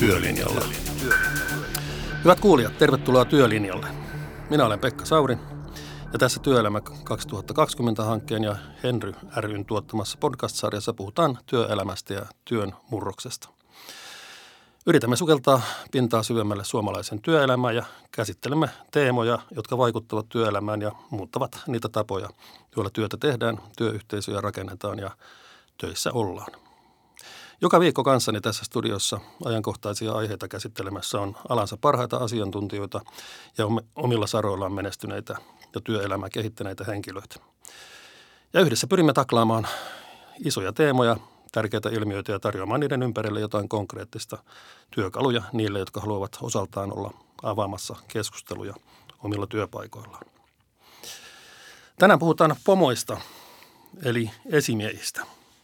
Työlinjalla. Hyvät kuulijat, tervetuloa Työlinjalle. Minä olen Pekka Sauri ja tässä Työelämä 2020-hankkeen ja Henry ry:n tuottamassa podcast-sarjassa puhutaan työelämästä ja työn murroksesta. Yritämme sukeltaa pintaa syvemmälle suomalaisen työelämään ja käsittelemme teemoja, jotka vaikuttavat työelämään ja muuttavat niitä tapoja, joilla työtä tehdään, työyhteisöjä rakennetaan ja töissä ollaan. Joka viikko kanssani tässä studiossa ajankohtaisia aiheita käsittelemässä on alansa parhaita asiantuntijoita ja omilla saroillaan menestyneitä ja työelämää kehittäneitä henkilöitä. Ja yhdessä pyrimme taklaamaan isoja teemoja, tärkeitä ilmiöitä ja tarjoamaan niiden ympärille jotain konkreettista työkaluja niille, jotka haluavat osaltaan olla avaamassa keskusteluja omilla työpaikoillaan. Tänään puhutaan pomoista, eli esimiehistä.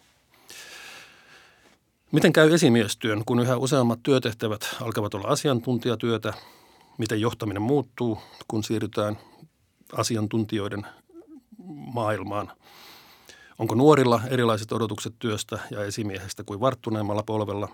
Miten käy esimiestyön, kun yhä useammat työtehtävät alkavat olla asiantuntijatyötä? Miten johtaminen muuttuu, kun siirrytään asiantuntijoiden maailmaan? Onko nuorilla erilaiset odotukset työstä ja esimiehestä kuin varttuneemmalla polvella?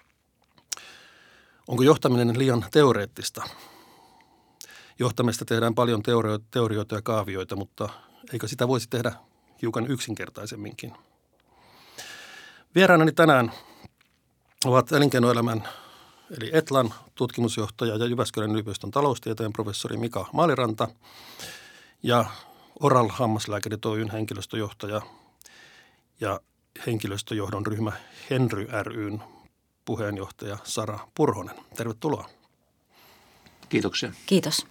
Onko johtaminen liian teoreettista? Johtamista tehdään paljon teorioita ja kaavioita, mutta eikö sitä voisi tehdä hiukan yksinkertaisemminkin? Vieraanani tänään ovat elinkeinoelämän eli Etlan tutkimusjohtaja ja Jyväskylän yliopiston taloustieteen professori Mika Maaliranta ja Oral Hammaslääkärit Oy:n henkilöstöjohtaja ja henkilöstöjohdon ryhmä Henry ry:n puheenjohtaja Sara Purhonen. Tervetuloa. Kiitoksia. Kiitos.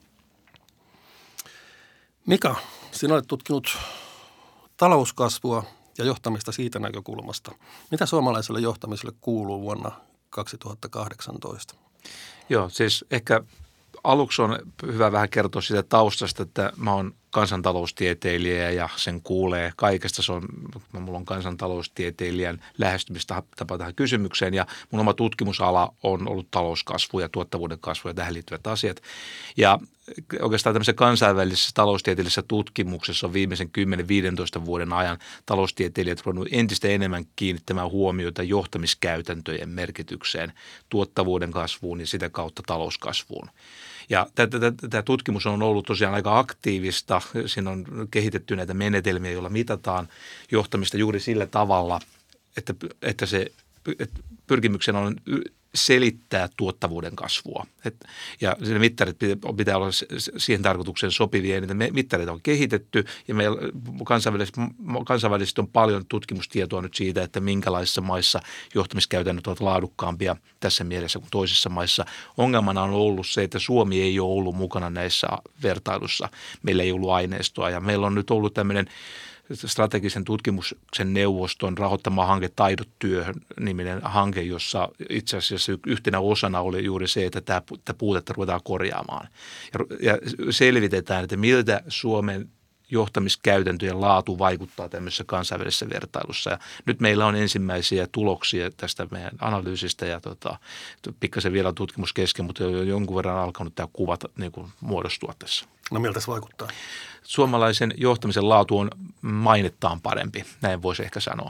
Mika, sinä olet tutkinut talouskasvua ja johtamista siitä näkökulmasta. Mitä suomalaiselle johtamiselle kuuluu vuonna 2018? Joo, siis ehkä aluksi on hyvä vähän kertoa siitä taustasta, että mä oon kansantaloustieteilijä ja sen kuulee kaikesta. Mulla on kansantaloustieteilijän lähestymistapa tähän kysymykseen ja mun oma tutkimusala on ollut talouskasvu ja tuottavuuden kasvu ja tähän liittyvät asiat. Ja oikeastaan tämmöisessä kansainvälisessä taloustieteellisessä tutkimuksessa on viimeisen 10-15 vuoden ajan taloustieteilijät voivat entistä enemmän kiinnittämään huomiota johtamiskäytäntöjen merkitykseen, tuottavuuden kasvuun ja sitä kautta talouskasvuun. Ja tämä tutkimus on ollut tosiaan aika aktiivista. Siinä on kehitetty näitä menetelmiä, joilla mitataan johtamista juuri sillä tavalla, että pyrkimyksenä on selittää tuottavuuden kasvua. Ja ne mittarit pitää olla siihen tarkoitukseen sopivia, ja niitä mittareita on kehitetty, ja meillä kansainvälisesti on paljon tutkimustietoa nyt siitä, että minkälaisissa maissa johtamiskäytännöt ovat laadukkaampia tässä mielessä kuin toisissa maissa. Ongelmana on ollut se, että Suomi ei ole ollut mukana näissä vertailussa. Meillä ei ollut aineistoa, ja meillä on nyt ollut tämmöinen strategisen tutkimuksen neuvoston rahoittama hanke Taidot työhön-niminen hanke, jossa itse asiassa yhtenä osana oli juuri se, että tämä puutetta ruvetaan korjaamaan. Ja selvitetään, että miltä Suomen johtamiskäytäntöjen laatu vaikuttaa tämmöisessä kansainvälisessä vertailussa. Ja nyt meillä on ensimmäisiä tuloksia tästä meidän analyysistä ja pikkasen vielä tutkimus kesken, mutta jonkun verran alkanut tämä kuva niin kuin muodostua tässä. No miltä se vaikuttaa? Suomalaisen johtamisen laatu on mainettaan parempi, näin voisi ehkä sanoa.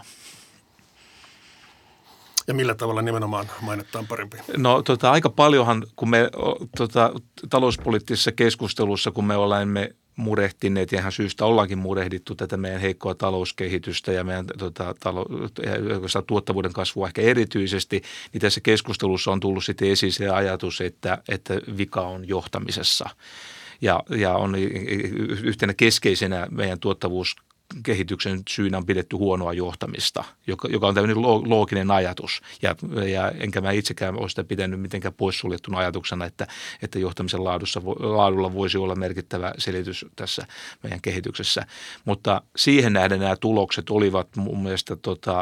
Ja millä tavalla nimenomaan mainettaan parempi? No aika paljonhan, kun me talouspoliittisessa keskustelussa, kun me olemme murehtineet ja ihan syystä ollaankin murehdittu tätä meidän heikkoa talouskehitystä ja meidän tuottavuuden kasvua ehkä erityisesti, niin tässä keskustelussa on tullut sitten esiin se ajatus, että vika on johtamisessa. Ja on yhtenä keskeisenä meidän tuottavuuskehityksen syynä on pidetty huonoa johtamista, joka on tämmöinen looginen ajatus. Ja enkä mä itsekään ole sitä pitänyt mitenkään poissuljettuna ajatuksena, että johtamisen laadulla voisi olla merkittävä selitys tässä meidän kehityksessä. Mutta siihen nähden nämä tulokset olivat mun mielestä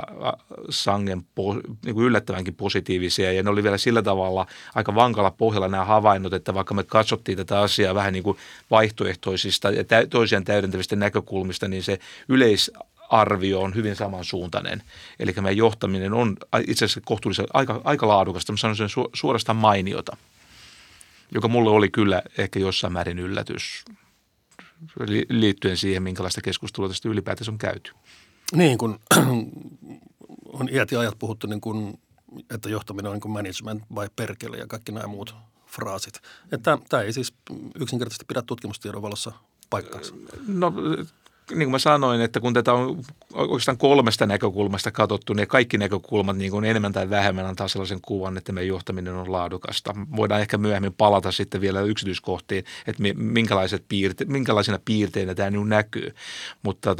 niin kuin yllättävänkin positiivisia. Ja ne oli vielä sillä tavalla aika vankalla pohjalla nämä havainnot, että vaikka me katsottiin tätä asiaa vähän niin kuin vaihtoehtoisista ja toisiaan täydentävistä näkökulmista, niin se yleisarvio on hyvin samansuuntainen. Eli meidän johtaminen on itse asiassa kohtuullisen aika laadukasta, mä sanoisin suorastaan mainiota, joka mulle oli kyllä ehkä jossain määrin yllätys liittyen siihen, minkälaista keskustelua tästä ylipäätänsä on käyty. Niin, kun on iät ja ajat puhuttu niin kuin että johtaminen on niin kuin management vai perkele ja kaikki nämä muut fraasit. Että tämä ei siis yksinkertaisesti pidä tutkimustiedon valossa paikkaansa. No niin kuin mä sanoin, että kun tätä on oikeastaan 3 näkökulmasta katsottu, niin kaikki näkökulmat niin kuin enemmän tai vähemmän antaa sellaisen kuvan, että meidän johtaminen on laadukasta. Voidaan ehkä myöhemmin palata sitten vielä yksityiskohtiin, että minkälaisina piirteinä tämä nyt näkyy. Mutta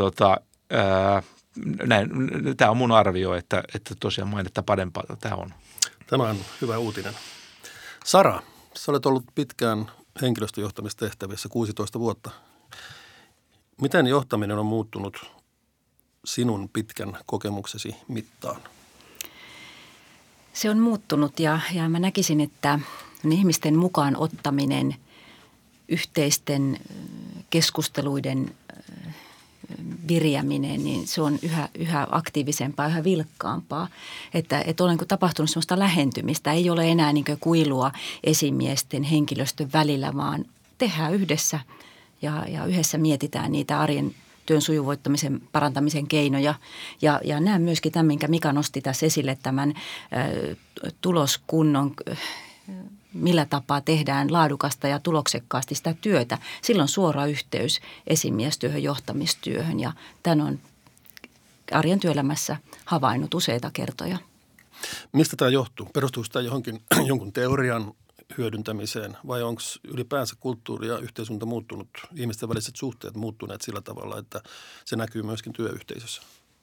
tämä on mun arvio, että tosiaan mainetta parempaa tämä on. Tämä on hyvä uutinen. Sara, sä olet ollut pitkään henkilöstöjohtamistehtävissä 16 vuotta. Miten johtaminen on muuttunut sinun pitkän kokemuksesi mittaan? Se on muuttunut ja mä näkisin, että ihmisten mukaan ottaminen, yhteisten keskusteluiden viriäminen, niin se on yhä aktiivisempaa, yhä vilkkaampaa. Että on tapahtunut sellaista lähentymistä. Ei ole enää niin kuin kuilua esimiesten, henkilöstön välillä, vaan tehdään yhdessä ja yhdessä mietitään niitä arjen työn sujuvoittamisen, parantamisen keinoja. Ja näen myöskin tämän, minkä Mika nosti tässä esille, tämän tuloskunnon, millä tapaa tehdään laadukasta ja tuloksekkaasti sitä työtä. Silloin suora yhteys esimiestyöhön, johtamistyöhön ja tämän on arjen työelämässä havainnut useita kertoja. Mistä tämä johtuu? Perustuuko tämä jonkun teorian hyödyntämiseen vai onko ylipäänsä kulttuuri ja yhteiskunta muuttunut, ihmisten väliset suhteet muuttuneet sillä tavalla, että se näkyy myöskin työyhteisössä?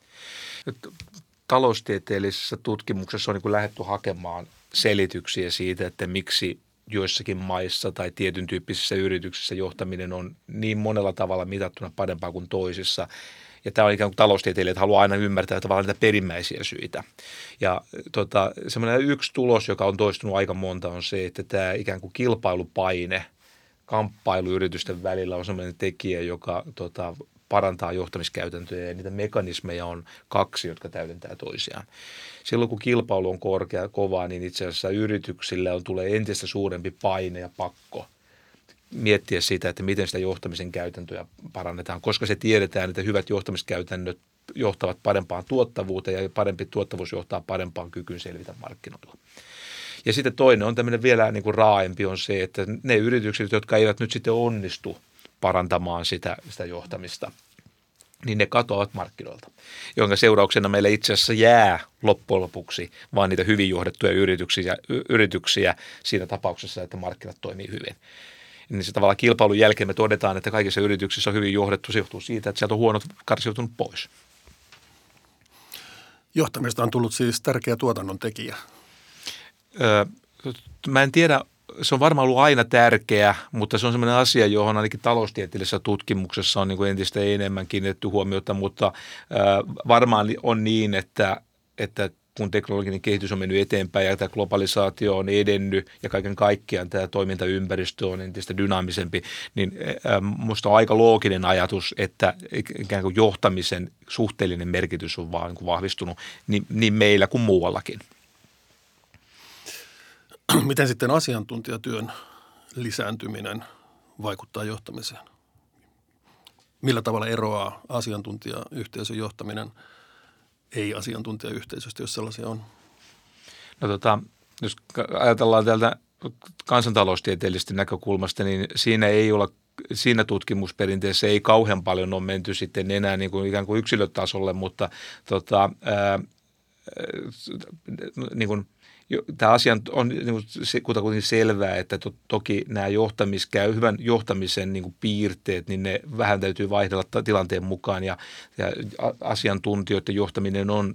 Taloustieteellisessä tutkimuksessa on niin kuin lähdetty hakemaan selityksiä siitä, että miksi joissakin maissa tai tietyn tyyppisissä yrityksissä johtaminen on niin monella tavalla mitattuna parempaa kuin toisissa. Ja tämä on ikään kuin taloustieteilijät haluaa aina ymmärtää tavallaan niitä perimmäisiä syitä. Ja semmoinen yksi tulos, joka on toistunut aika monta, on se, että tämä ikään kuin kilpailupaine kamppailu yritysten välillä on semmoinen tekijä, joka parantaa johtamiskäytäntöjä ja niitä mekanismeja on 2, jotka täydentää toisiaan. Silloin kun kilpailu on kovaa, niin itse asiassa yrityksille tulee entistä suurempi paine ja pakko miettiä sitä, että miten sitä johtamisen käytäntöjä parannetaan, koska se tiedetään, että hyvät johtamiskäytännöt johtavat parempaan tuottavuuteen ja parempi tuottavuus johtaa parempaan kykyyn selvitä markkinoilla. Ja sitten toinen on tämmöinen vielä niin kuin raaempi on se, että ne yritykset, jotka eivät nyt sitten onnistu parantamaan sitä johtamista, niin ne katoavat markkinoilta, jonka seurauksena meille itse asiassa jää loppujen lopuksi vaan niitä hyvin johdettuja yrityksiä siinä tapauksessa, että markkinat toimii hyvin. Niin se tavallaan kilpailun jälkeen me todetaan, että kaikissa yrityksissä on hyvin johdettu. Se johtuu siitä, että sieltä on huonot karsiutunut pois. Johtamista on tullut siis tärkeä tuotannon tekijä. Mä en tiedä, se on varmaan ollut aina tärkeä, mutta se on sellainen asia, johon ainakin taloustieteellisessä tutkimuksessa on niin kuin entistä enemmän kiinnitetty huomiota, mutta varmaan on niin, että kun teknologinen kehitys on mennyt eteenpäin ja tämä globalisaatio on edennyt ja kaiken kaikkiaan tämä toimintaympäristö on entistä dynaamisempi, niin minusta on aika looginen ajatus, että ikään kuin johtamisen suhteellinen merkitys on vaan niin kuin vahvistunut niin meillä kuin muuallakin. Miten sitten asiantuntijatyön lisääntyminen vaikuttaa johtamiseen? Millä tavalla eroaa asiantuntijayhteisön johtaminen ei-asiantuntijayhteisöstä, jos sellaisia on? No jos ajatellaan täältä kansantaloustieteellisestä näkökulmasta, niin siinä tutkimusperinteessä ei kauhean paljon ole menty sitten enää niin kuin ikään kuin yksilötasolle, mutta niin tämä asia on niin kutakuinkin selvää, että toki nämä hyvän johtamisen niin kuin piirteet, niin ne vähän täytyy vaihdella tilanteen mukaan ja asiantuntijoiden johtaminen on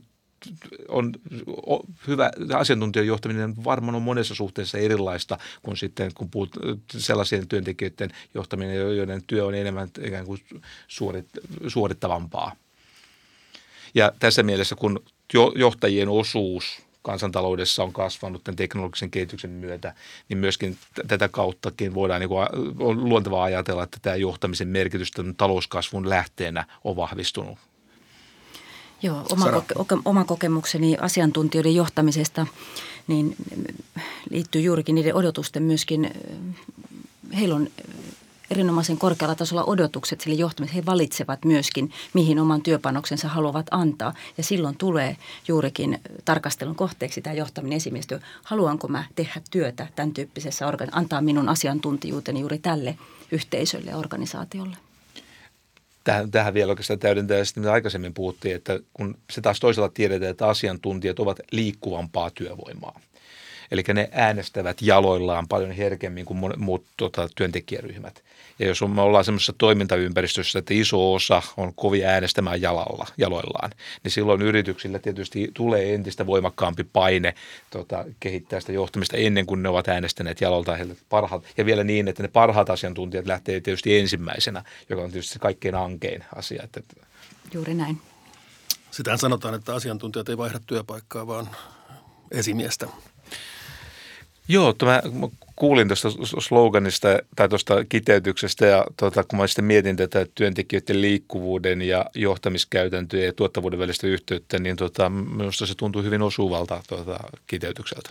hyvä. Asiantuntijoiden johtaminen varmaan on monessa suhteessa erilaista kuin sitten, kun puhut sellaisien työntekijöiden johtaminen, joiden työ on enemmän ikään kuin suorittavampaa. Ja tässä mielessä, kun johtajien osuus kansantaloudessa on kasvanut tämän teknologisen kehityksen myötä, niin myöskin tätä kauttakin voidaan on luontevaa ajatella, että tämä johtamisen merkitys talouskasvun lähteenä on vahvistunut. Joo, oma kokemukseni asiantuntijoiden johtamisesta niin liittyy juurikin niiden odotusten myöskin, heillä on erinomaisen korkealla tasolla odotukset sille johtamiselle. He valitsevat myöskin, mihin oman työpanoksensa haluavat antaa. Ja silloin tulee juurikin tarkastelun kohteeksi tämä johtaminen esimiestyö. Haluanko mä tehdä työtä tämän tyyppisessä antaa minun asiantuntijuuteni juuri tälle yhteisölle ja organisaatiolle. Tähän vielä oikeastaan täydentää sitä, mitä aikaisemmin puhuttiin, että kun se taas toisaalta tiedetään, että asiantuntijat ovat liikkuvampaa työvoimaa. Eli ne äänestävät jaloillaan paljon herkemmin kuin muut työntekijäryhmät. Ja jos me ollaan semmoisessa toimintaympäristössä, että iso osa on kovin äänestämään jaloillaan, niin silloin yrityksillä tietysti tulee entistä voimakkaampi paine kehittää sitä johtamista ennen kuin ne ovat äänestäneet jaloiltaan parhaat. Ja vielä niin, että ne parhaat asiantuntijat lähtee tietysti ensimmäisenä, joka on tietysti se kaikkein ankein asia. Juuri näin. Sitähän sanotaan, että asiantuntijat ei vaihda työpaikkaa, vaan esimiestä. Joo, mä kuulin tuosta sloganista tai tuosta kiteytyksestä ja kun mä sitten mietin tätä työntekijöiden liikkuvuuden ja johtamiskäytäntöjen ja tuottavuuden välistä yhteyttä, niin minusta se tuntuu hyvin osuvalta kiteytykseltä.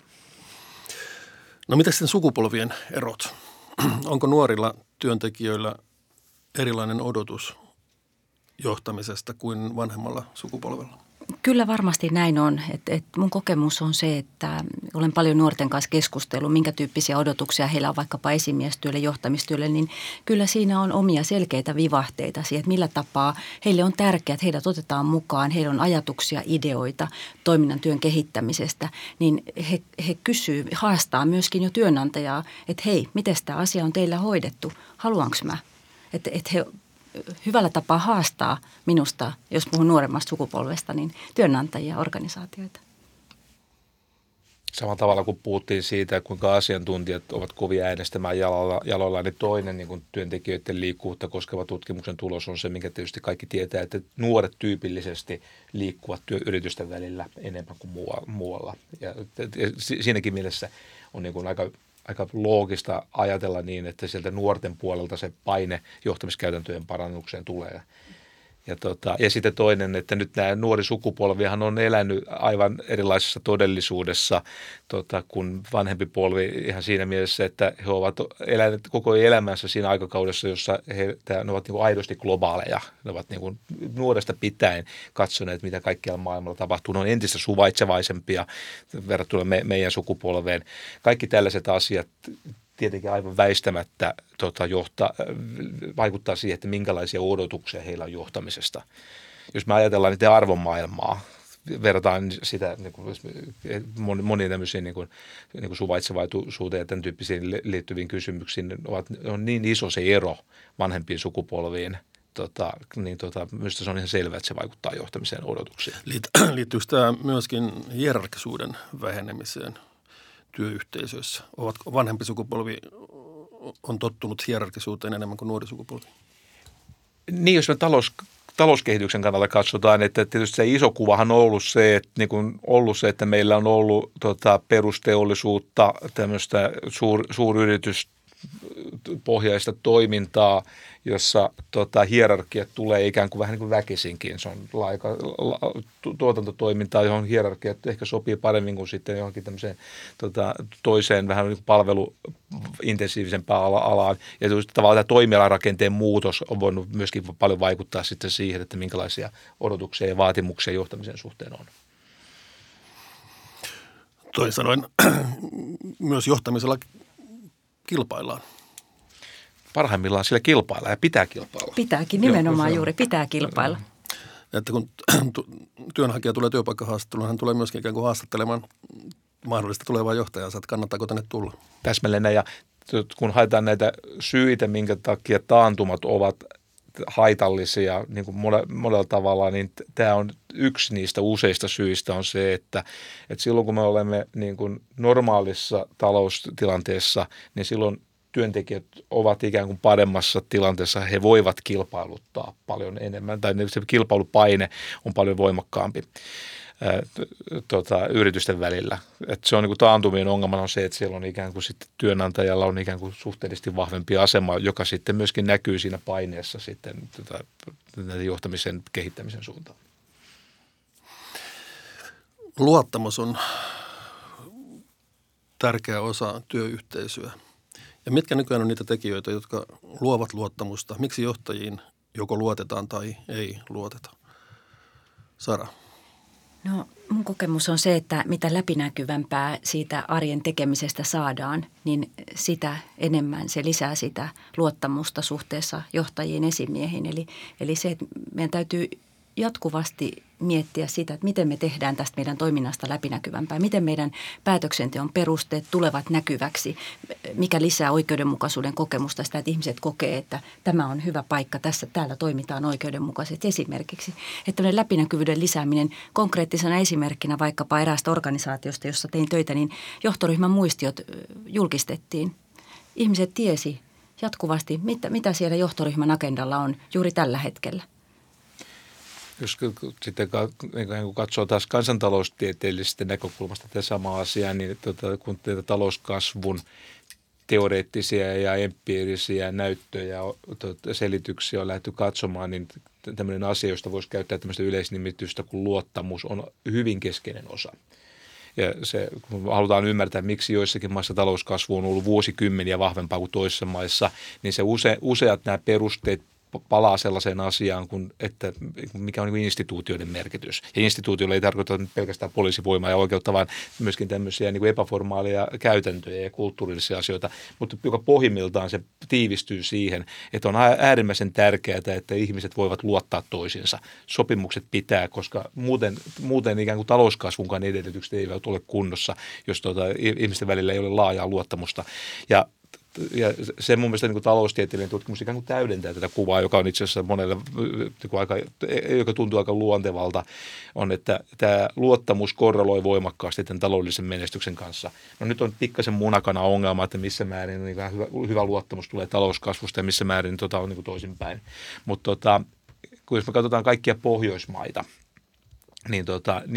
No mitä sitten sukupolvien erot? Onko nuorilla työntekijöillä erilainen odotus johtamisesta kuin vanhemmalla sukupolvella? Kyllä varmasti näin on. Että mun kokemus on se, että olen paljon nuorten kanssa keskustellut, minkä tyyppisiä odotuksia heillä on vaikkapa esimiestyölle, johtamistyölle, niin kyllä siinä on omia selkeitä vivahteita siihen, että millä tapaa heille on tärkeää, että heidät otetaan mukaan, heillä on ajatuksia, ideoita toiminnan työn kehittämisestä, niin he kysyy, haastaa myöskin jo työnantajaa, että hei, miten tämä asia on teillä hoidettu, haluanko mä, että he hyvällä tapaa haastaa minusta, jos puhun nuoremmasta sukupolvesta, niin työnantajia ja organisaatioita. Samalla tavalla kun puhuttiin siitä, kuinka asiantuntijat ovat kovin äänestämään jaloilla, niin toinen niin kuin työntekijöiden liikkuvuutta koskeva tutkimuksen tulos on se, minkä tietysti kaikki tietää, että nuoret tyypillisesti liikkuvat yritysten välillä enemmän kuin muualla. Ja siinäkin mielessä on niin kuin aika loogista ajatella niin, että sieltä nuorten puolelta se paine johtamiskäytäntöjen parannukseen tulee. Ja sitten toinen, että nyt nämä nuori sukupolvihan on elänyt aivan erilaisessa todellisuudessa kuin vanhempi polvi ihan siinä mielessä, että he ovat eläneet koko elämänsä siinä aikakaudessa, jossa ne ovat niin kuin aidosti globaaleja. Ne ovat niin kuin nuoresta pitäen katsoneet, mitä kaikkialla maailmalla tapahtuu. Ne on entistä suvaitsevaisempia verrattuna meidän sukupolveen. Kaikki tällaiset asiat tietenkin aivan väistämättä vaikuttaa siihen, että minkälaisia odotuksia heillä on johtamisesta. Jos me ajatellaan niitä arvomaailmaa, verrataan sitä niin moniin tämmöisiin niin kuin suvaitsevaisuuteen ja tämän tyyppisiin liittyviin kysymyksiin, on niin iso se ero vanhempiin sukupolviin, minusta se on ihan selvää, että se vaikuttaa johtamiseen odotuksiin. Liittyykö tämä myöskin hierarkisuuden vähenemiseen työyhteisöissä? Vanhempi sukupolvi on tottunut hierarkisuuteen enemmän kuin nuori sukupolvi? Niin, jos me talouskehityksen kannalta katsotaan, että tietysti se iso kuvahan on ollut se, että meillä on ollut perusteollisuutta, tämmöistä suuryrityspohjaista toimintaa, jossa hierarkiat tulee ikään kuin vähän niin kuin väkisinkin. Se on tuotantotoimintaa, johon hierarkiat ehkä sopii paremmin kuin sitten johonkin tämmöiseen toiseen vähän niin kuin palveluintensiivisempään alaan. Ja tavallaan tämä toimialarakenteen muutos on voinut myöskin paljon vaikuttaa sitten siihen, että minkälaisia odotuksia ja vaatimuksia johtamisen suhteen on. Toisin sanoen myös johtamisella kilpaillaan. Parhaimmillaan sillä kilpailla ja pitää kilpailla. Pitääkin, nimenomaan juuri pitää kilpailla. Että kun työnhakija tulee työpaikkahaastatteluun, hän tulee myöskin ikään kuin haastattelemaan mahdollista tulevaa johtajansa, että kannattaako tänne tulla. Täsmälleen, ja kun haetaan näitä syitä, minkä takia taantumat ovat haitallisia niin kuin monella tavalla, niin tämä on yksi niistä useista syistä on se, että silloin kun me olemme niin kuin normaalissa taloustilanteessa, niin silloin työntekijät ovat ikään kuin paremmassa tilanteessa, he voivat kilpailuttaa paljon enemmän, tai se kilpailupaine on paljon voimakkaampi yritysten välillä. Et se on niin kuin taantumien ongelmana on se, että siellä on ikään kuin sitten työnantajalla on ikään kuin suhteellisesti vahvempi asema, joka sitten myöskin näkyy siinä paineessa sitten johtamisen kehittämisen suuntaan. Luottamus on tärkeä osa työyhteisöä Ja mitkä nykyään on niitä tekijöitä, jotka luovat luottamusta? Miksi johtajiin joko luotetaan tai ei luoteta? Sara. No mun kokemus on se, että mitä läpinäkyvämpää siitä arjen tekemisestä saadaan, niin sitä enemmän se lisää sitä luottamusta suhteessa johtajiin, esimiehiin. Eli se, että meidän täytyy jatkuvasti miettiä sitä, että miten me tehdään tästä meidän toiminnasta läpinäkyvämpää, miten meidän päätöksenteon perusteet tulevat näkyväksi, mikä lisää oikeudenmukaisuuden kokemusta sitä, että ihmiset kokee, että tämä on hyvä paikka, täällä toimitaan oikeudenmukaisesti esimerkiksi. Että läpinäkyvyyden lisääminen konkreettisena esimerkkinä vaikkapa eräästä organisaatiosta, jossa tein töitä, niin johtoryhmän muistiot julkistettiin. Ihmiset tiesi jatkuvasti, mitä siellä johtoryhmän agendalla on juuri tällä hetkellä. Jos sitten kun katsoo taas kansantaloustieteellisestä näkökulmasta tätä samaa asiaa, niin kun tätä talouskasvun teoreettisia ja empiirisiä näyttöjä, selityksiä on lähdetty katsomaan, niin tämmöinen asia, josta voisi käyttää tämmöistä yleisnimitystä kuin luottamus, on hyvin keskeinen osa. Ja se, kun halutaan ymmärtää, miksi joissakin maissa talouskasvu on ollut vuosikymmeniä vahvempaa kuin toisissa maissa, niin se useat nämä perusteet palaa sellaiseen asiaan, että mikä on instituutioiden merkitys. Ja instituutioilla ei tarkoita pelkästään poliisivoimaa ja oikeutta, vaan myöskin tämmöisiä niin kuin epäformaaleja käytäntöjä ja kulttuurillisia asioita, mutta joka pohjimmiltaan se tiivistyy siihen, että on äärimmäisen tärkeää, että ihmiset voivat luottaa toisiinsa. Sopimukset pitää, koska muuten ikään kuin talouskasvunkaan edellytykset eivät ole kunnossa, jos ihmisten välillä ei ole laajaa luottamusta. Ja se mun mielestä niin kuin taloustieteellinen tutkimus ikään kuin täydentää tätä kuvaa, joka on itse asiassa monelle, joka tuntuu aika luontevalta, on, että tämä luottamus korreloi voimakkaasti tämän taloudellisen menestyksen kanssa. No nyt on pikkasen munakana ongelma, että missä määrin niin hyvä luottamus tulee talouskasvusta ja missä määrin on niin kuin toisinpäin. Mutta kun jos me katsotaan kaikkia Pohjoismaita, niin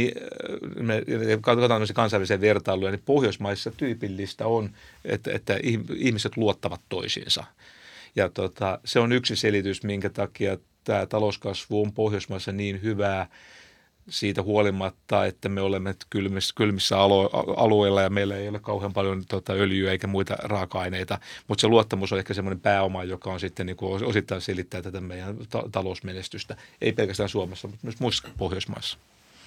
me katsotaan kansainvälisiä vertailuja, niin Pohjoismaissa tyypillistä on, että ihmiset luottavat toisiinsa. Ja se on yksi selitys, minkä takia tämä talouskasvu on Pohjoismaissa niin hyvää siitä huolimatta, että me olemme kylmissä alueilla ja meillä ei ole kauhean paljon öljyä eikä muita raaka-aineita, mutta se luottamus on ehkä semmoinen pääoma, joka on sitten niin kuin osittain selittää tätä meidän talousmenestystä. Ei pelkästään Suomessa, mutta myös muissa Pohjoismaissa.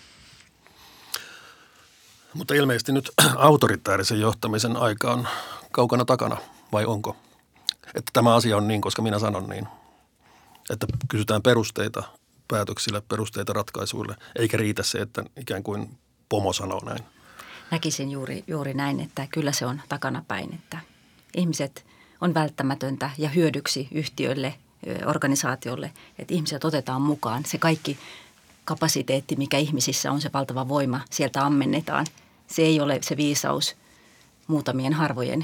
Mutta ilmeisesti nyt autoritäärisen johtamisen aika on kaukana takana, vai onko? Että tämä asia on niin, koska minä sanon niin, että kysytään perusteita päätöksille, perusteita ratkaisuille, eikä riitä se, että ikään kuin pomo sanoo näin. Näkisin juuri näin, että kyllä se on takanapäin, että ihmiset on välttämätöntä ja hyödyksi yhtiöille, organisaatiolle, että ihmiset otetaan mukaan. Se kaikki kapasiteetti, mikä ihmisissä on, se valtava voima, sieltä ammennetaan. Se ei ole se viisaus muutamien harvojen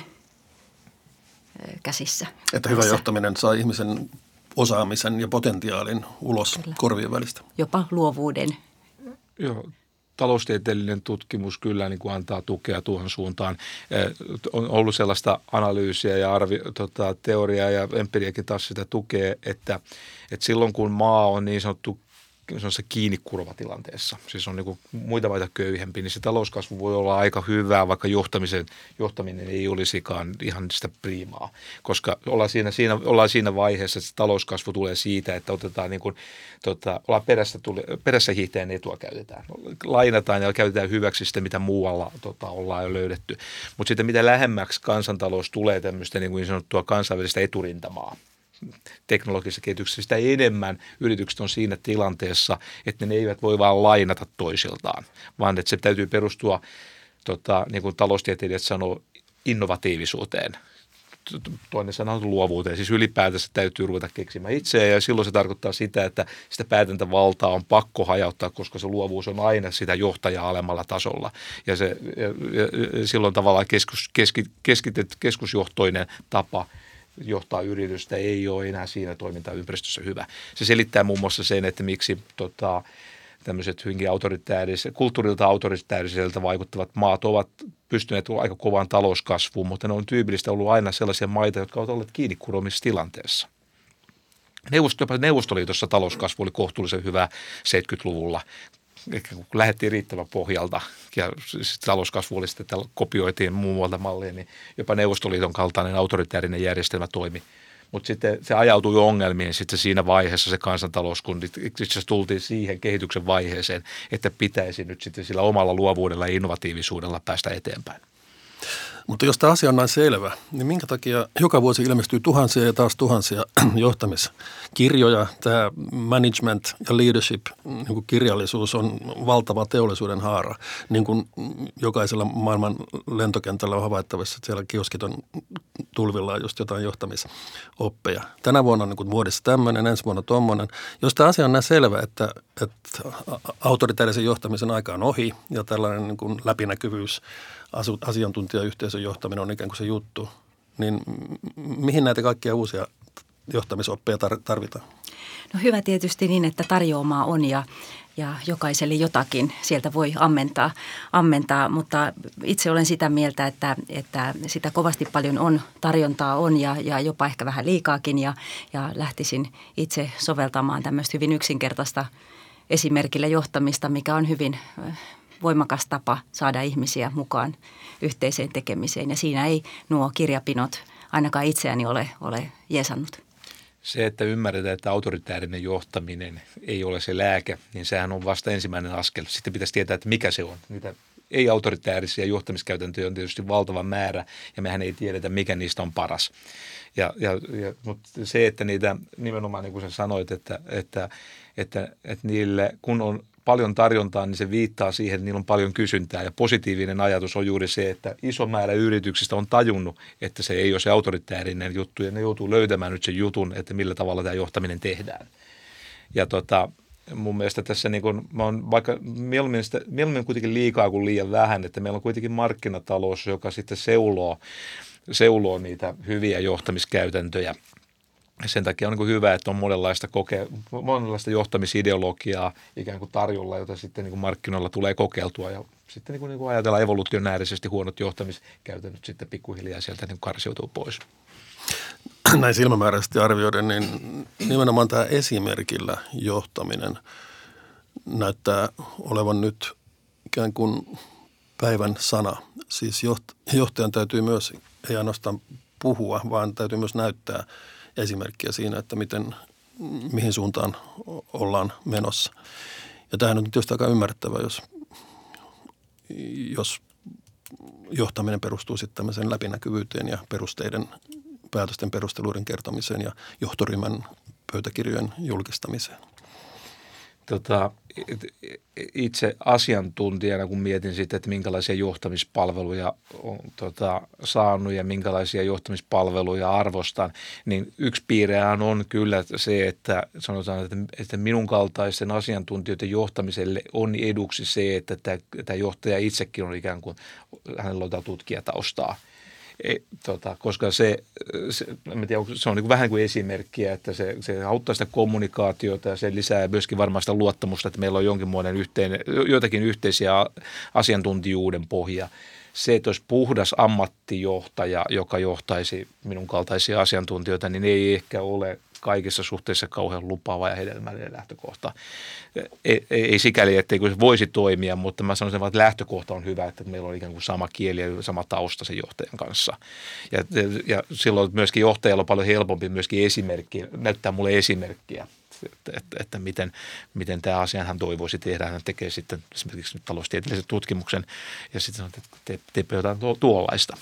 käsissä. Että hyvä johtaminen saa ihmisen osaamisen ja potentiaalin ulos korvien välistä. Jopa luovuuden. Joo. Taloustieteellinen tutkimus kyllä niin kuin antaa tukea tuohon suuntaan. On ollut sellaista analyysiä ja teoriaa ja empiriakin taas sitä tukee, että silloin kun maa on niin sanottu kiinnikurvatilanteessa, siis on niin kuin muita maita köyhempi, niin se talouskasvu voi olla aika hyvää, vaikka johtaminen ei olisikaan ihan sitä priimaa, koska ollaan siinä vaiheessa, että talouskasvu tulee siitä, että otetaan niin kuin, ollaan perässä hiihtäjän etua käytetään. Lainataan ja käytetään hyväksi sitä, mitä muualla ollaan jo löydetty. Mutta sitten mitä lähemmäksi kansantalous tulee tämmöistä niin sanottua kansainvälistä eturintamaa, teknologisessa kehityksessä, sitä enemmän yritykset on siinä tilanteessa, että ne eivät voi vaan lainata toisiltaan, vaan että se täytyy perustua, niin kuin taloustieteilijät sanoo, innovatiivisuuteen. Toinen sana on luovuuteen. Siis ylipäätänsä täytyy ruveta keksimään itseään ja silloin se tarkoittaa sitä, että sitä päätäntävaltaa on pakko hajauttaa, koska se luovuus on aina sitä johtajaa alemmalla tasolla. Ja silloin tavallaan keskusjohtoinen tapa johtaa yritystä ei ole enää siinä toimintaympäristössä hyvä. Se selittää muun muassa sen, että miksi tämmöiset hyvinkin kulttuurilta autoritääriseltä vaikuttavat maat ovat pystyneet aika kovaan talouskasvuun, mutta ne on tyypillistä ollut aina sellaisia maita, jotka ovat olleet kiinni kuromisessa tilanteessa. Jopa Neuvostoliitossa talouskasvu oli kohtuullisen hyvä 70-luvulla. lähdettiin riittävän pohjalta ja talouskasvu oli sitten, että kopioitiin muun muassa mallia, niin jopa Neuvostoliiton kaltainen autoritäärinen järjestelmä toimi. Mutta sitten se ajautui ongelmiin sitten siinä vaiheessa se kansantalous, kun itse asiassa tultiin siihen kehityksen vaiheeseen, että pitäisi nyt sitten sillä omalla luovuudella ja innovatiivisuudella päästä eteenpäin. Mutta jos tämä asia on näin selvä, niin minkä takia joka vuosi ilmestyy tuhansia ja taas tuhansia johtamiskirjoja? Tämä management ja leadership niin kuin kirjallisuus on valtava teollisuuden haara. Niin kuin jokaisella maailman lentokentällä on havaittavissa, että siellä kioskit on tulvillaan just jotain johtamisoppeja. Tänä vuonna on niin kuin vuodessa tämmöinen, ensi vuonna tuommoinen. Jos tämä asia on näin selvä, että autoritäärisen johtamisen aika on ohi ja tällainen niin kuin läpinäkyvyys, asiantuntijayhteisön johtaminen on ikään kuin se juttu, niin mihin näitä kaikkia uusia johtamisoppeja tarvitaan? No hyvä tietysti niin, että tarjoamaa on ja jokaiselle jotakin sieltä voi ammentaa, mutta itse olen sitä mieltä, että sitä kovasti paljon on, tarjontaa on ja jopa ehkä vähän liikaakin ja lähtisin itse soveltamaan tämmöistä hyvin yksinkertaista esimerkillä johtamista, mikä on hyvin voimakas tapa saada ihmisiä mukaan yhteiseen tekemiseen ja siinä ei nuo kirjapinot ainakaan itseäni ole jeesannut. Se, että ymmärretään, että autoritäärinen johtaminen ei ole se lääke, niin sehän on vasta ensimmäinen askel. Sitten pitäisi tietää, että mikä se on. Niitä ei-autoritäärisiä johtamiskäytäntöjä on tietysti valtava määrä ja mehän ei tiedetä, mikä niistä on paras. Mutta se, että niitä nimenomaan niin kuin sä sanoit, että niille kun on paljon tarjontaa, niin se viittaa siihen, että niillä on paljon kysyntää. Ja positiivinen ajatus on juuri se, että iso määrä yrityksistä on tajunnut, että se ei ole se autoritäärinen juttu. Ja ne joutuu löytämään nyt sen jutun, että millä tavalla tämä johtaminen tehdään. Ja mun mielestä tässä niin kun, mä oon vaikka mieluummin kuitenkin liikaa kuin liian vähän, että meillä on kuitenkin markkinatalous, joka sitten seuloo niitä hyviä johtamiskäytäntöjä. Sen takia on niin kuin hyvä, että on monenlaista johtamisideologiaa ikään kuin tarjolla, jota sitten niin kuin markkinoilla tulee kokeiltua ja sitten niin kuin ajatellaan evolutionäärisesti huonot johtamiskäytännöt sitten pikkuhiljaa sieltä niin karsiutuu pois. Näin silmämääräisesti arvioiden, niin nimenomaan tämä esimerkillä johtaminen näyttää olevan nyt ikään kuin päivän sana. Siis johtajan täytyy myös, ei ainoastaan puhua, vaan täytyy myös näyttää esimerkkiä siinä, että mihin suuntaan ollaan menossa. Ja tämähän on tietysti aika ymmärrettävä, jos johtaminen perustuu sitten tämmöiseen läpinäkyvyyteen ja päätösten perusteluiden kertomiseen ja johtoryhmän pöytäkirjojen julkistamiseen. Itse asiantuntijana, kun mietin sitten, että minkälaisia johtamispalveluja on saanut ja minkälaisia johtamispalveluja arvostan, niin yksi piirrehän on kyllä se, että sanotaan, että minun kaltaisen asiantuntijoiden johtamiselle on eduksi se, että tämä johtaja itsekin on ikään kuin, hänellä on tutkijataustaa. Koska se on niin kuin vähän kuin esimerkkiä, että se auttaa sitä kommunikaatiota ja se lisää myöskin varmaan sitä luottamusta, että meillä on joitakin yhteisiä asiantuntijuuden pohjia. Se, että olisi puhdas ammattijohtaja, joka johtaisi minun kaltaisia asiantuntijoita, niin ei ehkä ole kaikissa suhteissa kauhean lupaava ja hedelmällinen lähtökohta. Ei sikäli, etteikö se voisi toimia, mutta mä sanoisin, että lähtökohta on hyvä, että meillä on ikään kuin sama kieli ja sama tausta sen johtajan kanssa. Ja silloin myöskin johtajalla on paljon helpompi myöskin näyttää mulle esimerkkiä, että miten tämä asian hän toivoisi tehdä. Hän tekee sitten esimerkiksi taloustieteellisen tutkimuksen ja sitten sanoo, että teepä jotain tuollaista.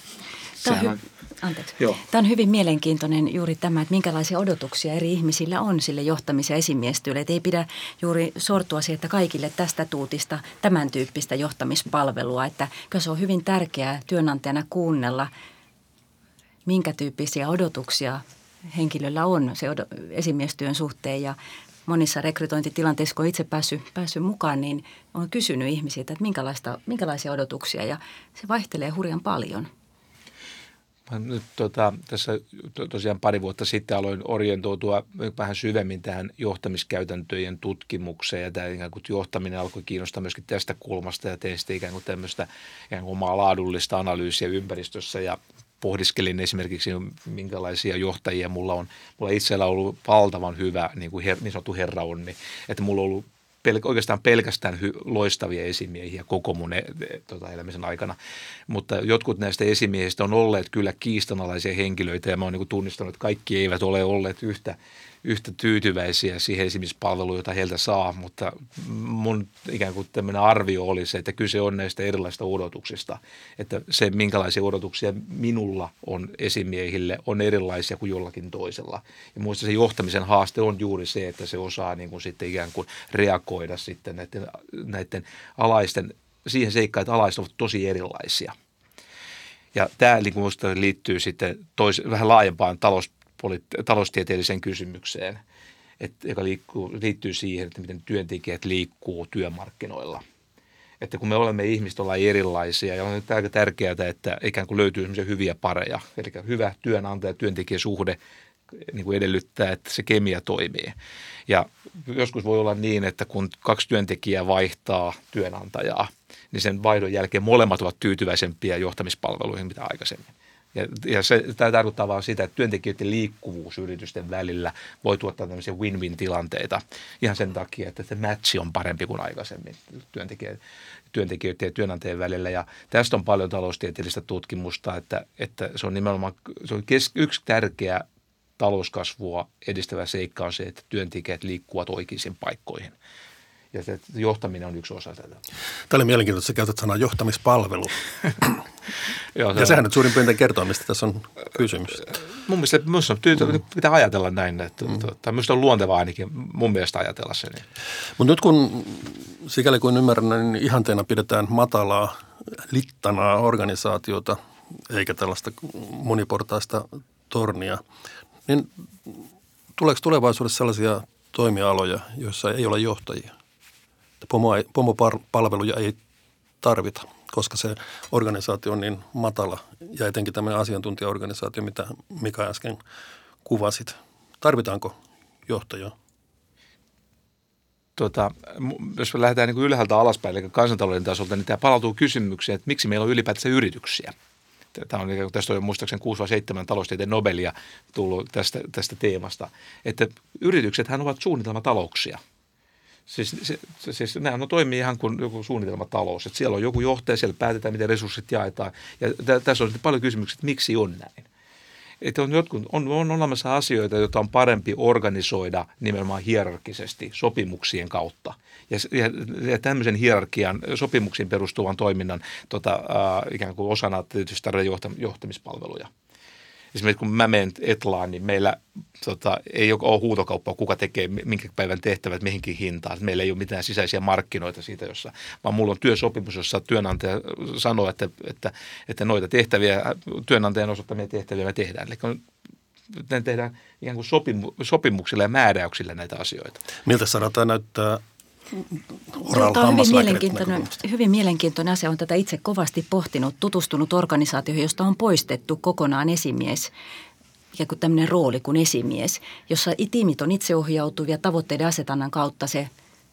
Tämä on hyvin mielenkiintoinen juuri tämä, että minkälaisia odotuksia eri ihmisillä on sille johtamis- ja esimiestyölle. Että ei pidä juuri sortua siihen, että kaikille tästä tuutista tämän tyyppistä johtamispalvelua. Että kyllä se on hyvin tärkeää työnantajana kuunnella, minkä tyyppisiä odotuksia henkilöllä on se esimiestyön suhteen. Ja monissa rekrytointitilanteissa, kun itse päässyt mukaan, niin olen kysynyt ihmisiltä, että minkälaisia odotuksia. Ja se vaihtelee hurjan paljon. Nyt tässä tosiaan pari vuotta sitten aloin orientoitua vähän syvemmin tähän johtamiskäytäntöjen tutkimukseen ja tämä ikään kuin johtaminen alkoi kiinnostaa myöskin tästä kulmasta ja tein sitten ikään kuin tämmöistä ikään kuin omaa laadullista analyysiä ympäristössä ja pohdiskelin esimerkiksi minkälaisia johtajia mulla itsellä on ollut valtavan hyvä niin sanottu herraonni, että mulla on ollut oikeastaan pelkästään loistavia esimiehiä koko mun elämisen aikana, mutta jotkut näistä esimiehistä on olleet kyllä kiistanalaisia henkilöitä ja mä oon niin kuin tunnistanut, että kaikki eivät ole olleet yhtä tyytyväisiä siihen esimiespalveluun, jota heiltä saa, mutta mun ikään kuin tämmöinen arvio oli se, että kyse on näistä erilaisista odotuksista, että se minkälaisia odotuksia minulla on esimiehille on erilaisia kuin jollakin toisella. Ja muista se johtamisen haaste on juuri se, että se osaa niin kuin sitten ikään kuin reagoida sitten näiden alaisten, siihen seikkaan, että alaiset ovat tosi erilaisia. Ja tämä niin kuin liittyy sitten vähän laajempaan taloustieteelliseen kysymykseen, joka liittyy siihen, että miten työntekijät liikkuu työmarkkinoilla. Että kun me olemme ihmiset, ollaan erilaisia ja on aika tärkeää, että ikään kuin löytyy sellaisia hyviä pareja. Eli hyvä työnantaja-työntekijäsuhde niin kuin edellyttää, että se kemia toimii. Ja joskus voi olla niin, että kun 2 työntekijää vaihtaa työnantajaa, niin sen vaihdon jälkeen molemmat ovat tyytyväisempiä johtamispalveluihin mitä aikaisemmin. Ja tämä tarkoittaa vaan sitä, että työntekijöiden liikkuvuus yritysten välillä voi tuottaa tämmöisiä win-win-tilanteita ihan sen takia, että se matchi on parempi kuin aikaisemmin työntekijöiden ja työnantajien välillä. Ja tästä on paljon taloustieteellistä tutkimusta, että se on nimenomaan yksi tärkeä talouskasvua edistävä seikka on se, että työntekijät liikkuvat oikeisiin paikkoihin. Ja se johtaminen on yksi osa tätä. Tämä oli mielenkiintoista, että käytät sanaa johtamispalvelu. Joo, ja sehän nyt suurin piirtein kertoo, mistä tässä on kysymys. Mun mielestä pitää ajatella näin, että minusta on luontevaa ainakin mun mielestä ajatella se. Niin. Mutta nyt kun, sikäli kuin ymmärrän, niin ihanteena pidetään matalaa, littanaa organisaatiota, eikä tällaista moniportaista tornia, niin tuleeko tulevaisuudessa sellaisia toimialoja, joissa ei ole johtajia? Pomopalveluja ei tarvita, koska se organisaatio on niin matala ja etenkin tämmöinen asiantuntijaorganisaatio, mitä Mika äsken kuvasit. Tarvitaanko johtajaa? Jos me lähdetään niin kuin ylhäältä alaspäin, eli kansantalouden tasolta, niin tämä palautuu kysymykseen, että miksi meillä on ylipäätänsä yrityksiä. Tästä on muistaakseni 6 vai 7 taloustieteen Nobelia tullut tästä teemasta, että yrityksethän ovat suunnitelmatalouksia. Siis nämä toimii ihan kuin joku suunnitelmatalous, että siellä on joku johtaja, siellä päätetään, miten resurssit jaetaan. Ja tässä on paljon kysymyksiä, että miksi on näin. Että on olemassa asioita, joita on parempi organisoida nimenomaan hierarkisesti sopimuksien kautta. Ja tämmöisen hierarkian sopimuksiin perustuvan toiminnan ikään kuin osana tietysti tarvitaan johtamispalveluja. Esimerkiksi kun mä menen Etlaan, niin meillä ei ole huutokauppaa, kuka tekee minkä päivän tehtävät mihinkin hintaan. Meillä ei ole mitään sisäisiä markkinoita siitä, vaan mulla on työsopimus, jossa työnantaja sanoo, että noita tehtäviä, työnantajan osoittamia tehtäviä me tehdään. Eli ne tehdään ikään kuin sopimuksilla ja määräyksillä näitä asioita. Miltä saadaan näyttää Tämä on hyvin mielenkiintoinen asia. Olen tätä itse kovasti pohtinut, tutustunut organisaatioihin, josta on poistettu kokonaan esimies, ikään kuin tämmöinen rooli kuin esimies, jossa tiimit on itseohjautuvia tavoitteiden asetannan kautta se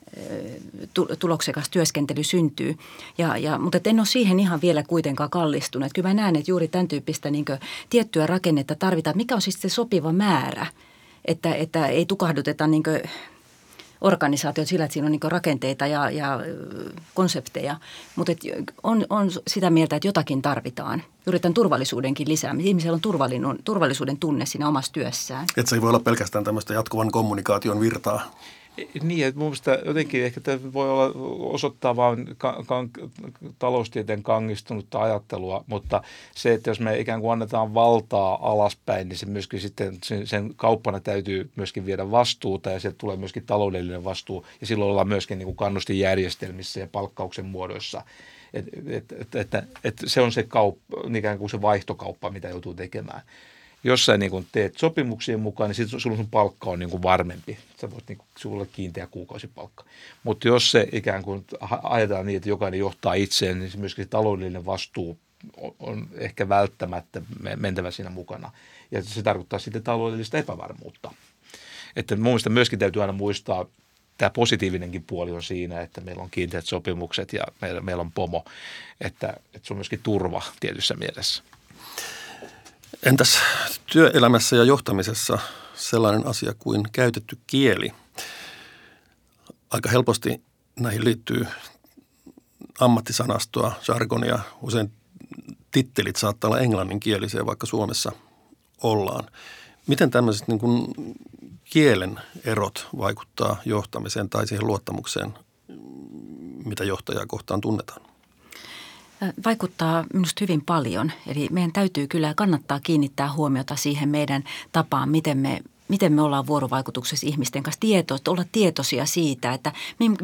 tuloksekas työskentely syntyy. Mutta en ole siihen ihan vielä kuitenkaan kallistunut. Kyllä mä näen, että juuri tämän tyyppistä niin kuin tiettyä rakennetta tarvitaan. Mikä on siis se sopiva määrä, että ei tukahduteta niin kuin organisaatiot sillä, että siinä on niin rakenteita ja konsepteja, mutta on sitä mieltä, että jotakin tarvitaan. Juuri tämän turvallisuudenkin lisäämistä. Ihmisellä on turvallisuuden tunne siinä omassa työssään. Että se ei voi olla pelkästään tämmöistä jatkuvan kommunikaation virtaa. Niin, että mun mielestä jotenkin ehkä tämä voi olla osoittaa vaan taloustieteen kangistunutta ajattelua, mutta se, että jos me ikään kuin annetaan valtaa alaspäin, niin se myöskin sitten sen kauppana täytyy myöskin viedä vastuuta ja sieltä tulee myöskin taloudellinen vastuu ja silloin ollaan myöskin niin kuin kannustinjärjestelmissä ja palkkauksen muodoissa. Että se on se ikään kuin se vaihtokauppa, mitä joutuu tekemään. Jos sä niin teet sopimuksien mukaan, niin sitten sun palkka on niin varmempi. Sä voit sulla kiinteä kuukausipalkka. Mutta jos se ikään kuin ajetaan niin, että jokainen johtaa itseään, niin myöskin se taloudellinen vastuu on ehkä välttämättä mentävä siinä mukana. Ja se tarkoittaa sitten taloudellista epävarmuutta. Että mun mielestä myöskin täytyy aina muistaa, tämä positiivinenkin puoli on siinä, että meillä on kiinteät sopimukset ja meillä on pomo. Että se on myöskin turva tietyssä mielessä. Entäs työelämässä ja johtamisessa sellainen asia kuin käytetty kieli? Aika helposti näihin liittyy ammattisanastoa, jargonia. Usein tittelit saattaa olla englanninkielisiä, vaikka Suomessa ollaan. Miten tämmöiset niin kuin kielen erot vaikuttaa johtamiseen tai siihen luottamukseen, mitä johtajaa kohtaan tunnetaan? Vaikuttaa minusta hyvin paljon. Eli meidän täytyy kyllä kannattaa kiinnittää huomiota siihen meidän tapaan, miten me ollaan vuorovaikutuksessa ihmisten kanssa, olla tietoisia siitä, että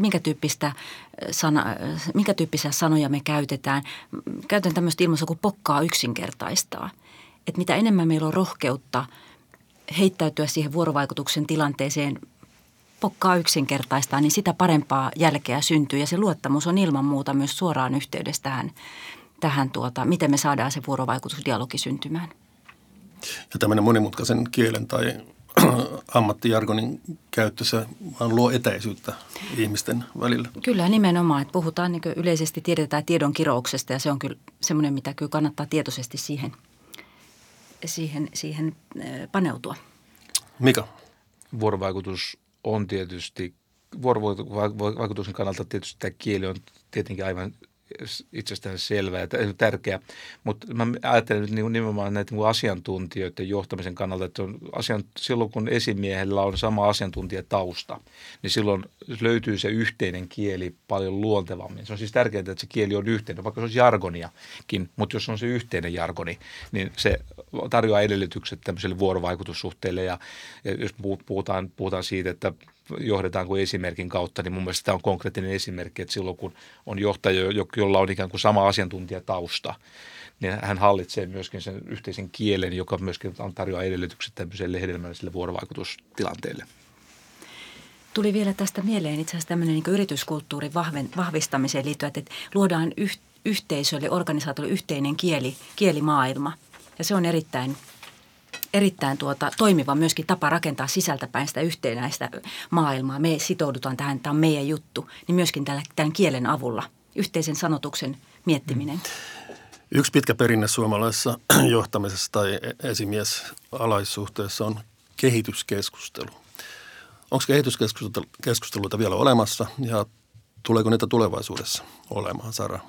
minkä tyyppisiä sanoja me käytetään. Käytän tämmöistä ilmaisua kuin pokkaa yksinkertaistaa. Että mitä enemmän meillä on rohkeutta heittäytyä siihen vuorovaikutuksen tilanteeseen, pokkaa yksinkertaistaa, niin sitä parempaa jälkeä syntyy. Ja se luottamus on ilman muuta myös suoraan yhteydessä tähän miten me saadaan se vuorovaikutusdialogi syntymään. Ja tämmöinen monimutkaisen kielen tai ammattijargonin käyttö, se vaan luo etäisyyttä ihmisten välillä. Kyllä nimenomaan, että puhutaan niin yleisesti tiedetään tiedon kirouksesta ja se on kyllä semmoinen, mitä kyllä kannattaa tietoisesti siihen paneutua. Mika? Vuorovaikutuksen kannalta tietysti tämä kieli on tietenkin aivan itsestään selvää ja tärkeä, mutta mä ajattelen nyt nimenomaan näitä asiantuntijoiden johtamisen kannalta, että silloin kun esimiehellä on sama asiantuntijatausta, niin silloin löytyy se yhteinen kieli paljon luontevammin. Se on siis tärkeää, että se kieli on yhteinen, vaikka se olisi jargoniakin, mutta jos on se yhteinen jargoni, niin se tarjoaa edellytykset tämmöiselle vuorovaikutussuhteelle ja jos puhutaan siitä, että johdetaanko esimerkin kautta, niin mun mielestä tämä on konkreettinen esimerkki, että silloin kun on johtaja, jolla on ikään kuin sama asiantuntijatausta, niin hän hallitsee myöskin sen yhteisen kielen, joka myöskin tarjoaa edellytykset tämmöiselle hedelmälliselle vuorovaikutustilanteelle. Tuli vielä tästä mieleen itse asiassa tämmöinen niin yrityskulttuurin vahvistamiseen liittyen, että luodaan yhteisölle, organisaatiolle yhteinen kielimaailma ja se on erittäin toimiva myöskin tapa rakentaa sisältäpäin sitä yhtenäistä maailmaa. Me sitoudutaan tähän, tämä on meidän juttu, niin myöskin tämän kielen avulla yhteisen sanotuksen miettiminen. Yksi pitkä perinne suomalaisessa johtamisessa tai esimies-alaissuhteessa on kehityskeskustelu. Onko kehityskeskusteluita vielä olemassa ja tuleeko niitä tulevaisuudessa olemaan, Sara?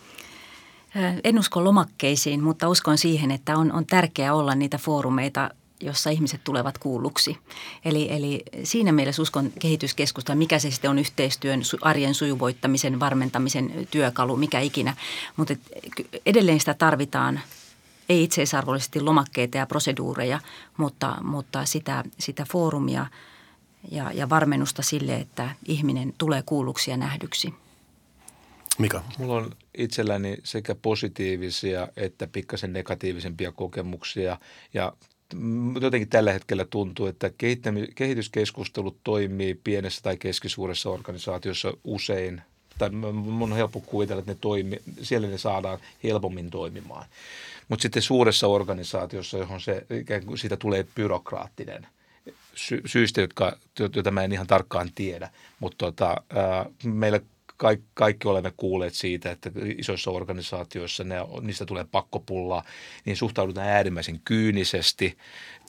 En usko lomakkeisiin, mutta uskon siihen, että on tärkeää olla niitä foorumeita, jossa ihmiset tulevat kuulluksi. Eli siinä mielessä uskon kehityskeskustelua, mikä se sitten on yhteistyön, arjen sujuvoittamisen, varmentamisen työkalu, mikä ikinä. Mutta edelleen sitä tarvitaan, ei itseisarvollisesti lomakkeita ja proseduureja, mutta sitä foorumia ja varmennusta sille, että ihminen tulee kuulluksi ja nähdyksi. Mika? Mulla on itselläni sekä positiivisia että pikkasen negatiivisempia kokemuksia ja jotenkin tällä hetkellä tuntuu, että kehityskeskustelut toimii pienessä tai keskisuuressa organisaatiossa usein, tai mun on helppo kuvitella, että siellä ne saadaan helpommin toimimaan. Mutta sitten suuressa organisaatiossa, johon siitä tulee byrokraattinen, syistä, joita mä en ihan tarkkaan tiedä, mutta meillä kaikki olemme kuulleet siitä, että isoissa organisaatioissa niistä tulee pakkopullaa, niin suhtaudutaan äärimmäisen kyynisesti.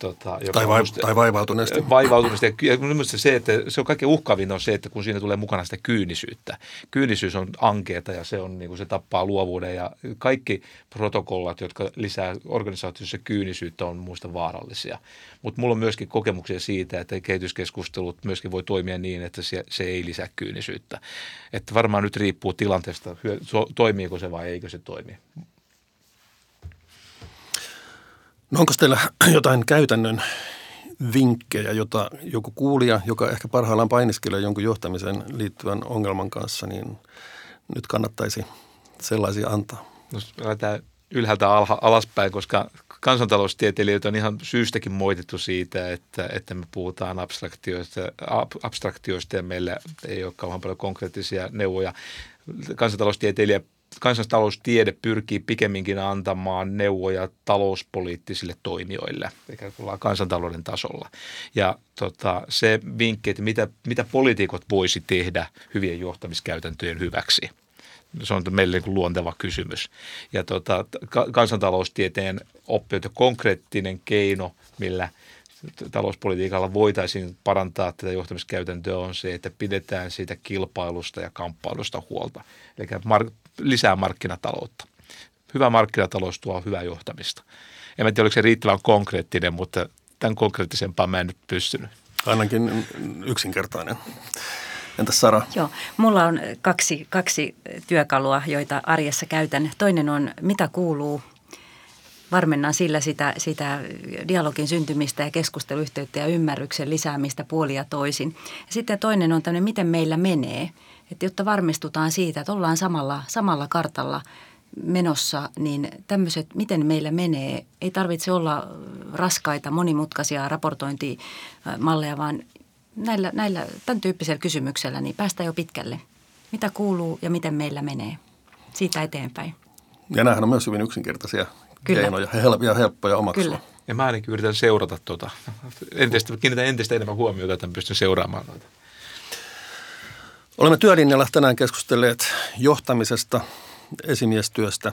Tai vaivautuneesti. Vaivautuneesti. Ja mielestäni se on kaikkein uhkaavin on se, että kun siinä tulee mukana sitä kyynisyyttä. Kyynisyys on ankeeta ja se on se tappaa luovuuden ja kaikki protokollat, jotka lisää organisaatiossa kyynisyyttä, on muista vaarallisia. Mutta mulla on myöskin kokemuksia siitä, että kehityskeskustelut myöskin voi toimia niin, että se ei lisää kyynisyyttä. Että varmaan nyt riippuu tilanteesta, toimiiko se vai eikö se toimi. No onko teillä jotain käytännön vinkkejä, jota joku kuulija, joka ehkä parhaillaan painiskelee jonkun johtamiseen liittyvän ongelman kanssa, niin nyt kannattaisi sellaisia antaa? No, lähdetään ylhäältä alaspäin, koska kansantaloustieteilijöitä on ihan syystäkin moitettu siitä, että me puhutaan abstraktioista ja meillä ei ole kauhean paljon konkreettisia neuvoja. Kansantaloustiede pyrkii pikemminkin antamaan neuvoja talouspoliittisille toimijoille, eikä ollaan kansantalouden tasolla. Ja se vinkki, että mitä poliitikot voisi tehdä hyvien johtamiskäytäntöjen hyväksi. Se on meille luonteva kysymys. Ja kansantaloustieteen oppi on konkreettinen keino, millä talouspolitiikalla voitaisiin parantaa tätä johtamiskäytäntöä on se, että pidetään siitä kilpailusta ja kamppailusta huolta. Eli lisää markkinataloutta. Hyvä markkinatalous tuo hyvää johtamista. En tiedä, oliko se riittävän konkreettinen, mutta tämän konkreettisempaan mä en nyt pystynyt. Ainakin yksinkertainen. Entäs Sara? Joo, mulla on kaksi työkalua, joita arjessa käytän. Toinen on, mitä kuuluu. Varmennan sillä sitä dialogin syntymistä ja keskusteluyhteyttä ja ymmärryksen lisäämistä puolin ja toisin. Ja sitten toinen on tämmöinen, miten meillä menee. Että jotta varmistutaan siitä, että ollaan samalla kartalla menossa, niin tämmöiset, miten meillä menee, ei tarvitse olla raskaita, monimutkaisia raportointimalleja, vaan näillä tämän tyyppisellä kysymyksellä niin päästään jo pitkälle. Mitä kuuluu ja miten meillä menee? Siitä eteenpäin. Ja nämähän on myös hyvin yksinkertaisia keinoja ja helppoja omaksua. Kyllä. Ja mä ainakin yritän seurata kiinnitän entistä enemmän huomiota, että pystyn seuraamaan noita. Olemme Työlinjalla tänään keskustelleet johtamisesta, esimiestyöstä.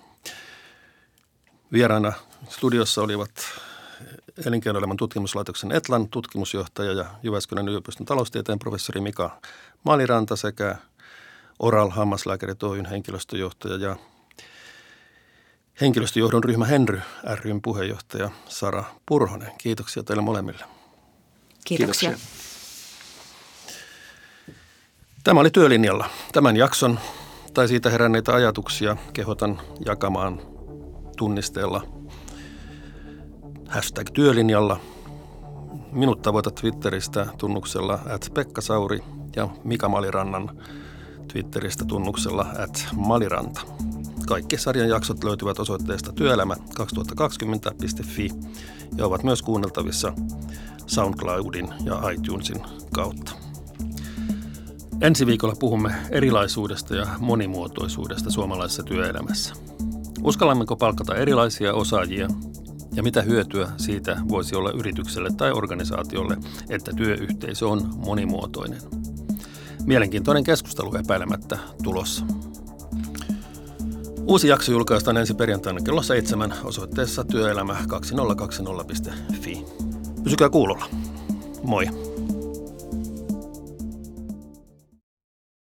Vieraana studiossa olivat Elinkeinoelämän tutkimuslaitoksen Etlan tutkimusjohtaja ja Jyväskylän yliopiston taloustieteen professori Mika Maliranta sekä Oral Hammaslääkärit Oy:n henkilöstöjohtaja ja henkilöstöjohdon ryhmä Henry ry:n puheenjohtaja Sara Purhonen. Kiitoksia teille molemmille. Kiitoksia. Tämä oli Työlinjalla. Tämän jakson tai siitä heränneitä ajatuksia kehotan jakamaan tunnisteella #Työlinjalla. Minut tavoita Twitteristä tunnuksella @pekkasauri ja Mika Malirannan Twitteristä tunnuksella @maliranta. Kaikki sarjan jaksot löytyvät osoitteesta työelämä2020.fi ja ovat myös kuunneltavissa SoundCloudin ja iTunesin kautta. Ensi viikolla puhumme erilaisuudesta ja monimuotoisuudesta suomalaisessa työelämässä. Uskallammeko palkata erilaisia osaajia ja mitä hyötyä siitä voisi olla yritykselle tai organisaatiolle, että työyhteisö on monimuotoinen? Mielenkiintoinen keskustelu epäilemättä tulossa. Uusi jakso julkaistaan ensi perjantaina kello 7 osoitteessa työelämä2020.fi. Pysykää kuulolla. Moi!